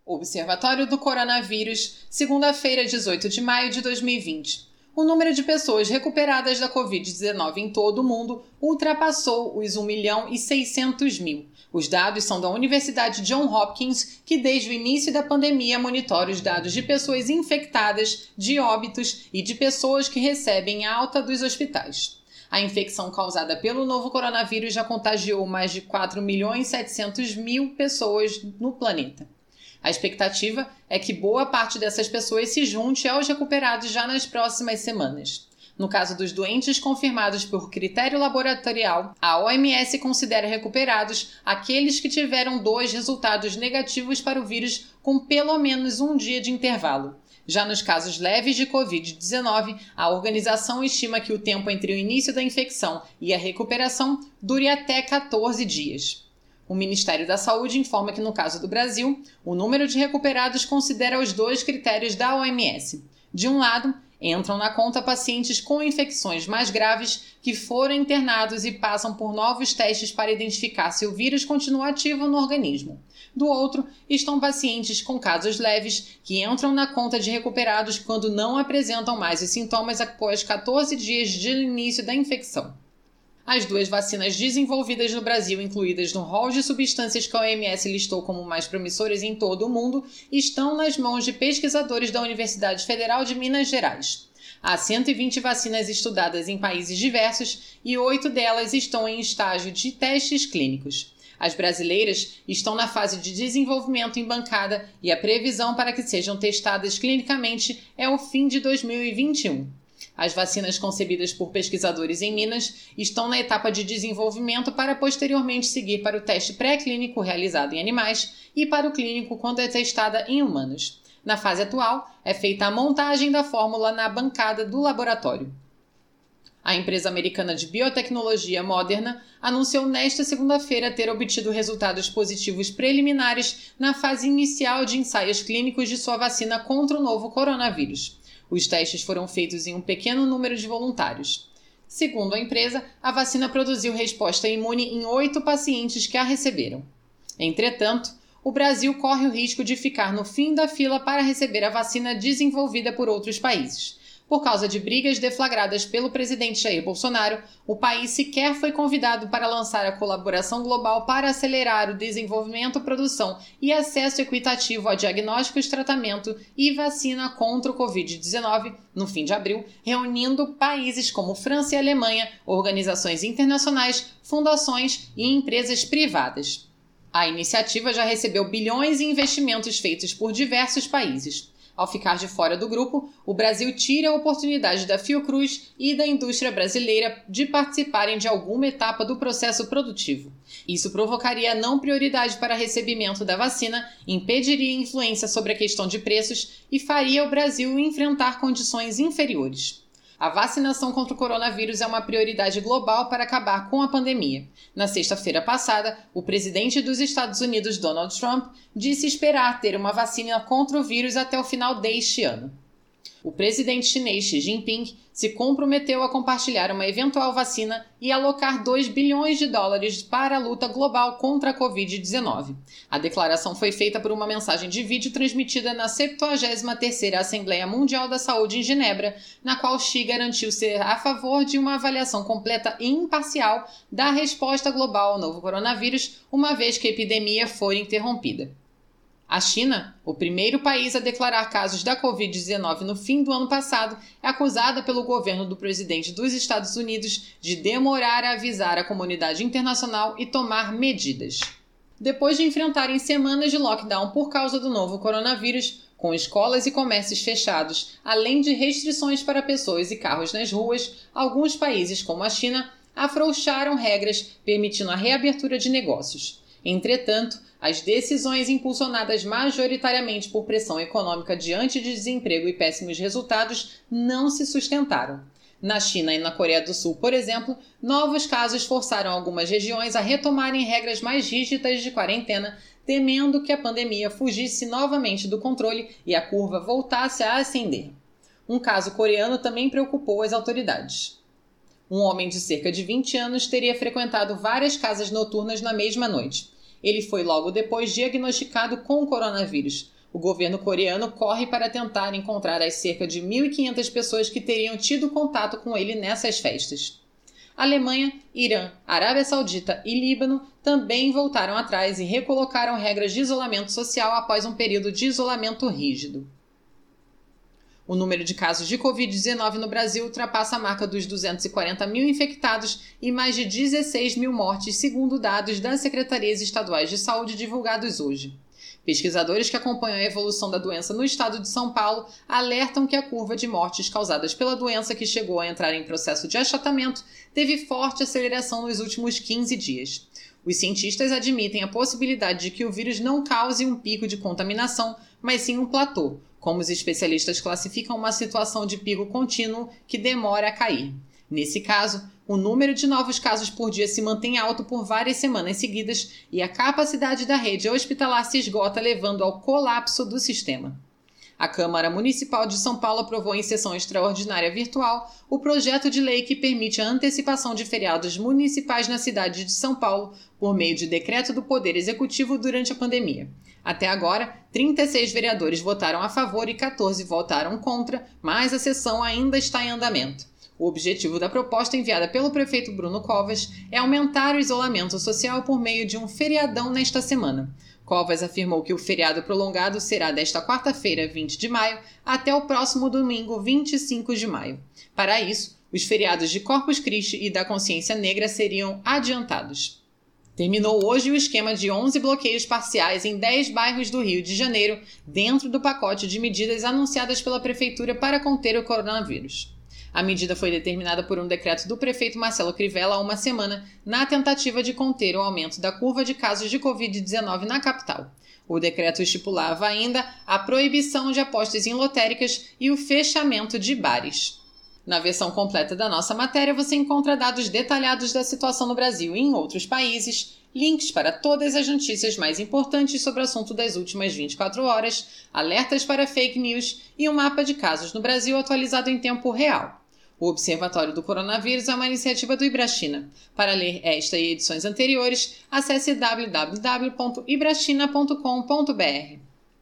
Observatório do Coronavírus, segunda-feira, 18 de maio de 2020. O número de pessoas recuperadas da Covid-19 em todo o mundo ultrapassou os 1.600.000. Os dados são da Universidade Johns Hopkins, que desde o início da pandemia monitora os dados de pessoas infectadas, de óbitos e de pessoas que recebem alta dos hospitais. A infecção causada pelo novo coronavírus já contagiou mais de 4.700.000 pessoas no planeta. A expectativa é que boa parte dessas pessoas se junte aos recuperados já nas próximas semanas. No caso dos doentes confirmados por critério laboratorial, a OMS considera recuperados aqueles que tiveram 2 resultados negativos para o vírus com pelo menos um dia de intervalo. Já nos casos leves de Covid-19, a organização estima que o tempo entre o início da infecção e a recuperação dure até 14 dias. O Ministério da Saúde informa que, no caso do Brasil, o número de recuperados considera os 2 critérios da OMS. De um lado, entram na conta pacientes com infecções mais graves que foram internados e passam por novos testes para identificar se o vírus continua ativo no organismo. Do outro, estão pacientes com casos leves que entram na conta de recuperados quando não apresentam mais os sintomas após 14 dias de início da infecção. As 2 vacinas desenvolvidas no Brasil, incluídas no rol de substâncias que a OMS listou como mais promissoras em todo o mundo, estão nas mãos de pesquisadores da Universidade Federal de Minas Gerais. Há 120 vacinas estudadas em países diversos e 8 delas estão em estágio de testes clínicos. As brasileiras estão na fase de desenvolvimento em bancada e a previsão para que sejam testadas clinicamente é o fim de 2021. As vacinas concebidas por pesquisadores em Minas estão na etapa de desenvolvimento para posteriormente seguir para o teste pré-clínico realizado em animais e para o clínico quando é testada em humanos. Na fase atual, é feita a montagem da fórmula na bancada do laboratório. A empresa americana de biotecnologia Moderna anunciou nesta segunda-feira ter obtido resultados positivos preliminares na fase inicial de ensaios clínicos de sua vacina contra o novo coronavírus. Os testes foram feitos em um pequeno número de voluntários. Segundo a empresa, a vacina produziu resposta imune em 8 pacientes que a receberam. Entretanto, o Brasil corre o risco de ficar no fim da fila para receber a vacina desenvolvida por outros países. Por causa de brigas deflagradas pelo presidente Jair Bolsonaro, o país sequer foi convidado para lançar a colaboração global para acelerar o desenvolvimento, produção e acesso equitativo a diagnósticos, tratamento e vacina contra o Covid-19 no fim de abril, reunindo países como França e Alemanha, organizações internacionais, fundações e empresas privadas. A iniciativa já recebeu bilhões em investimentos feitos por diversos países. Ao ficar de fora do grupo, o Brasil tira a oportunidade da Fiocruz e da indústria brasileira de participarem de alguma etapa do processo produtivo. Isso provocaria a não prioridade para recebimento da vacina, impediria influência sobre a questão de preços e faria o Brasil enfrentar condições inferiores. A vacinação contra o coronavírus é uma prioridade global para acabar com a pandemia. Na sexta-feira passada, o presidente dos Estados Unidos, Donald Trump, disse esperar ter uma vacina contra o vírus até o final deste ano. O presidente chinês Xi Jinping se comprometeu a compartilhar uma eventual vacina e alocar $2 bilhões para a luta global contra a Covid-19. A declaração foi feita por uma mensagem de vídeo transmitida na 73ª Assembleia Mundial da Saúde em Genebra, na qual Xi garantiu ser a favor de uma avaliação completa e imparcial da resposta global ao novo coronavírus, uma vez que a epidemia for interrompida. A China, o primeiro país a declarar casos da Covid-19 no fim do ano passado, é acusada pelo governo do presidente dos Estados Unidos de demorar a avisar a comunidade internacional e tomar medidas. Depois de enfrentarem semanas de lockdown por causa do novo coronavírus, com escolas e comércios fechados, além de restrições para pessoas e carros nas ruas, alguns países, como a China, afrouxaram regras permitindo a reabertura de negócios. Entretanto, as decisões impulsionadas majoritariamente por pressão econômica diante de desemprego e péssimos resultados não se sustentaram. Na China e na Coreia do Sul, por exemplo, novos casos forçaram algumas regiões a retomarem regras mais rígidas de quarentena, temendo que a pandemia fugisse novamente do controle e a curva voltasse a ascender. Um caso coreano também preocupou as autoridades. Um homem de cerca de 20 anos teria frequentado várias casas noturnas na mesma noite. Ele foi logo depois diagnosticado com o coronavírus. O governo coreano corre para tentar encontrar as cerca de 1.500 pessoas que teriam tido contato com ele nessas festas. Alemanha, Irã, Arábia Saudita e Líbano também voltaram atrás e recolocaram regras de isolamento social após um período de isolamento rígido. O número de casos de Covid-19 no Brasil ultrapassa a marca dos 240 mil infectados e mais de 16 mil mortes, segundo dados das Secretarias Estaduais de Saúde divulgados hoje. Pesquisadores que acompanham a evolução da doença no estado de São Paulo alertam que a curva de mortes causadas pela doença, que chegou a entrar em processo de achatamento, teve forte aceleração nos últimos 15 dias. Os cientistas admitem a possibilidade de que o vírus não cause um pico de contaminação, mas sim um platô, como os especialistas classificam uma situação de pico contínuo que demora a cair. Nesse caso, o número de novos casos por dia se mantém alto por várias semanas seguidas e a capacidade da rede hospitalar se esgota, levando ao colapso do sistema. A Câmara Municipal de São Paulo aprovou em sessão extraordinária virtual o projeto de lei que permite a antecipação de feriados municipais na cidade de São Paulo por meio de decreto do Poder Executivo durante a pandemia. Até agora, 36 vereadores votaram a favor e 14 votaram contra, mas a sessão ainda está em andamento. O objetivo da proposta enviada pelo prefeito Bruno Covas é aumentar o isolamento social por meio de um feriadão nesta semana. Covas afirmou que o feriado prolongado será desta quarta-feira, 20 de maio, até o próximo domingo, 25 de maio. Para isso, os feriados de Corpus Christi e da Consciência Negra seriam adiantados. Terminou hoje o esquema de 11 bloqueios parciais em 10 bairros do Rio de Janeiro, dentro do pacote de medidas anunciadas pela Prefeitura para conter o coronavírus. A medida foi determinada por um decreto do prefeito Marcelo Crivella há uma semana, na tentativa de conter o aumento da curva de casos de Covid-19 na capital. O decreto estipulava ainda a proibição de apostas em lotéricas e o fechamento de bares. Na versão completa da nossa matéria, você encontra dados detalhados da situação no Brasil e em outros países, links para todas as notícias mais importantes sobre o assunto das últimas 24 horas, alertas para fake news e um mapa de casos no Brasil atualizado em tempo real. O Observatório do Coronavírus é uma iniciativa do Ibrachina. Para ler esta e edições anteriores, acesse www.ibrachina.com.br.